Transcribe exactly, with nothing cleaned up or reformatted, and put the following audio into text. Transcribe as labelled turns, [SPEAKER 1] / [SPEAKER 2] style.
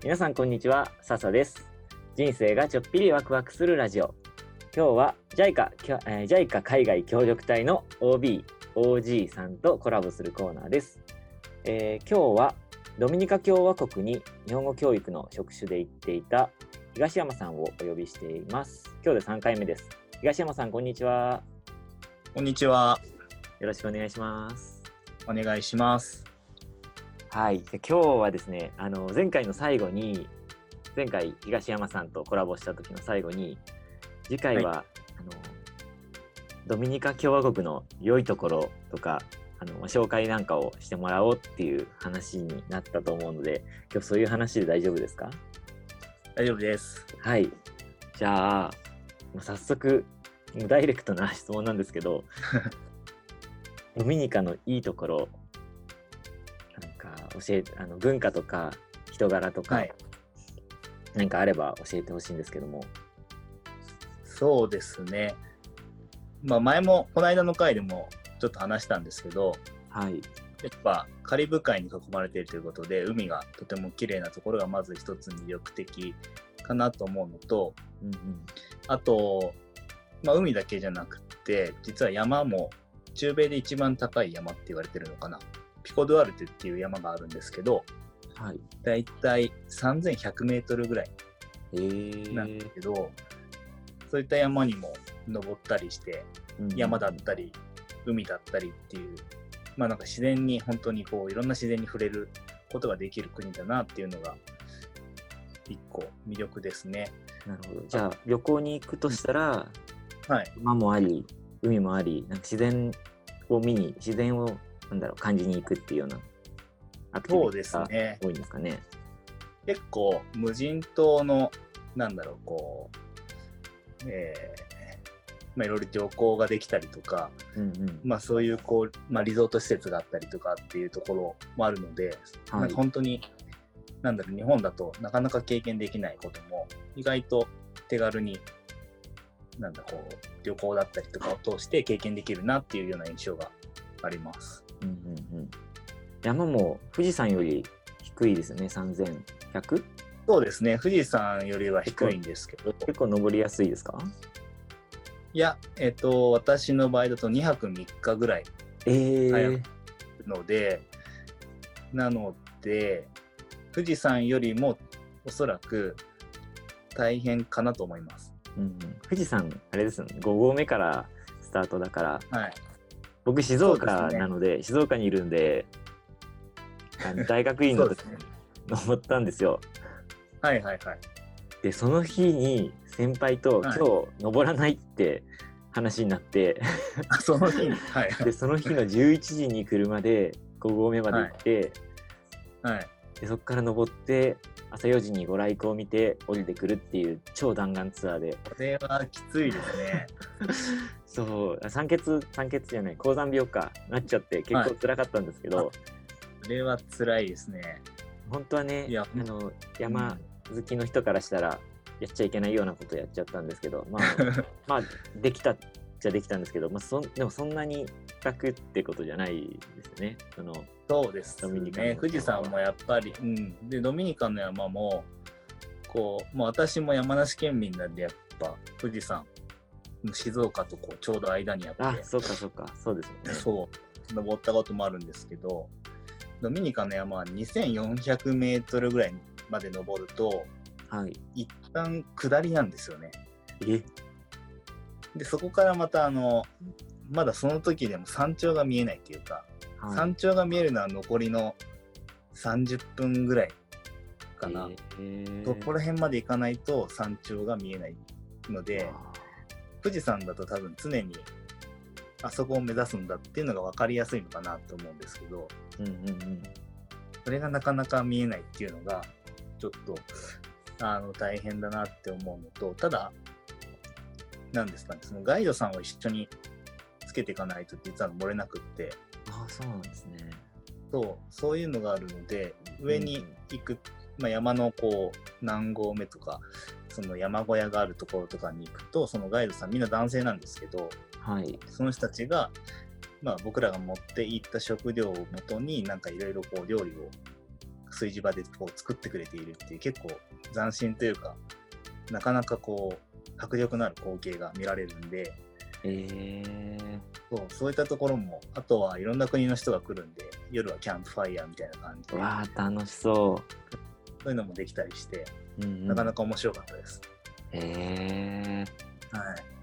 [SPEAKER 1] 皆さんこんにちは、笹です。人生がちょっぴりワクワクするラジオ。今日は ジャイカ、えー、ジャイカ海外協力隊の オービー、オージー さんとコラボするコーナーです。えー、今日はドミニカ共和国に日本語教育の職種で行っていた東山さんをお呼びしています。今日でさんかいめです。東山さん、こんにちは。
[SPEAKER 2] こんにちは。
[SPEAKER 1] よろしくお願いします。
[SPEAKER 2] お願いします。
[SPEAKER 1] はい、で今日はですね、あの前回の最後に、前回東山さんとコラボした時の最後に、次回は、はい、あのドミニカ共和国の良いところとか、あの紹介なんかをしてもらおうっていう話になったと思うので、今日そういう話で大丈夫ですか？
[SPEAKER 2] 大丈夫です。
[SPEAKER 1] はい。じゃあ早速もうダイレクトな質問なんですけどドミニカのいいところ、なんか教えあの文化とか人柄とか、はい、なんかあれば教えてほしいんですけども。
[SPEAKER 2] そうですね。まあ前もこの間の回でもちょっと話したんですけど、
[SPEAKER 1] はい、
[SPEAKER 2] やっぱカリブ海に囲まれているということで、海がとても綺麗なところがまず一つ魅力的かなと思うのと、うんうん、あと、まあ、海だけじゃなくて、実は山も中米で一番高い山って言われてるのかな。ピコ・ドゥアルテっていう山があるんですけど、
[SPEAKER 1] はい、
[SPEAKER 2] だいたいさんぜんひゃくメートルぐらいなんだけど、えー、そういった山にも登ったりして、うん、山だったり海だったりっていう、まあなんか自然に本当にこういろんな自然に触れることができる国だなっていうのが一個魅力ですね。
[SPEAKER 1] なるほど。じゃあ旅行に行くとしたら、
[SPEAKER 2] うん、はい、
[SPEAKER 1] 山もあり海もあり、なんか自然を見に自然をなんだろう感じに行くっていうようなアクティビティが多いんですかね。
[SPEAKER 2] 結構無人島のなんだろうこう、えーまあ、いろいろ旅行ができたりとか、うんうんまあ、そういうこう、まあ、リゾート施設があったりとかっていうところもあるので、はい、なんか本当になんだろう日本だとなかなか経験できないことも意外と手軽になんだこう旅行だったりとかを通して経験できるなっていうような印象があります。
[SPEAKER 1] うんうんうん、山も富士山より低いですよね。さんぜんひゃく？
[SPEAKER 2] そうですね。富士山よりは低いんですけど。
[SPEAKER 1] 結構登りやすいですか？
[SPEAKER 2] いや、えっと、私の場合だとにはくみっかぐらい早くので、えー、なので、富士山よりもおそらく大変かなと思います。
[SPEAKER 1] うん、富士山、あれですよね。ご合目からスタートだから、
[SPEAKER 2] はい、
[SPEAKER 1] 僕、静岡なので、でね、静岡にいるんで、あの大学院の時に登ったんですよ。
[SPEAKER 2] はいはいはい。
[SPEAKER 1] でその日に先輩と、はい、今日登らないって話になって
[SPEAKER 2] その日に、はいはい、
[SPEAKER 1] でその日のじゅういちじに車でご合目まで行って、はいはい、でそこから登って朝よじにご来光を見て降りてくるっていう超弾丸ツアーで。
[SPEAKER 2] これはきついですね
[SPEAKER 1] そう酸欠酸欠じゃない高山病かなっちゃって結構辛かったんですけど、はい、
[SPEAKER 2] それは辛いですね。
[SPEAKER 1] 本当はね、いやあの山好きの人からしたらやっちゃいけないようなことやっちゃったんですけど、まあまあできたっちゃできたんですけど、まあ、そでもそんなに深くってことじゃないですね。その
[SPEAKER 2] そうですね。富士山もやっぱり、うん、でドミニカの山もこうもう私も山梨県民なんでやっぱ富士山静岡とこうちょうど間にあって、
[SPEAKER 1] あ、そうかそうかそうですよね。
[SPEAKER 2] そう登ったこともあるんですけど、ドミニカの山はにせんよんひゃくメートルぐらいまで登ると、はい、一旦下りなんですよね。
[SPEAKER 1] え
[SPEAKER 2] でそこからまたあのまだその時でも山頂が見えないっていうか、はい、山頂が見えるのは残りのさんじゅっぷんぐらいかな、えー、そこら辺まで行かないと山頂が見えないので、富士山だと多分常にあそこを目指すんだっていうのが分かりやすいのかなと思うんですけど、うんうんうん、それがなかなか見えないっていうのがちょっとあの大変だなって思うのと、ただなんですかね、そのガイドさんを一緒につけていかないと実は登れなくって。
[SPEAKER 1] ああ、そうなんですね。
[SPEAKER 2] そうそういうのがあるので、上に行く、うんまあ、山のこう何合目とかその山小屋があるところとかに行くと、そのガイドさんみんな男性なんですけど、はい、その人たちが、まあ、僕らが持っていった食料をもとになんかいろいろこう料理を炊事場でこう作ってくれているっていう結構斬新というかなかなかこう迫力のある光景が見られるんで、
[SPEAKER 1] えー、
[SPEAKER 2] そうそういったところも、あとはいろんな国の人が来るんで夜はキャンプファイヤーみたいな感じで、
[SPEAKER 1] わあ楽しそ
[SPEAKER 2] そういうのもできたりして、
[SPEAKER 1] う、うんうん、
[SPEAKER 2] なかなか面白かったです。
[SPEAKER 1] えー、
[SPEAKER 2] はい。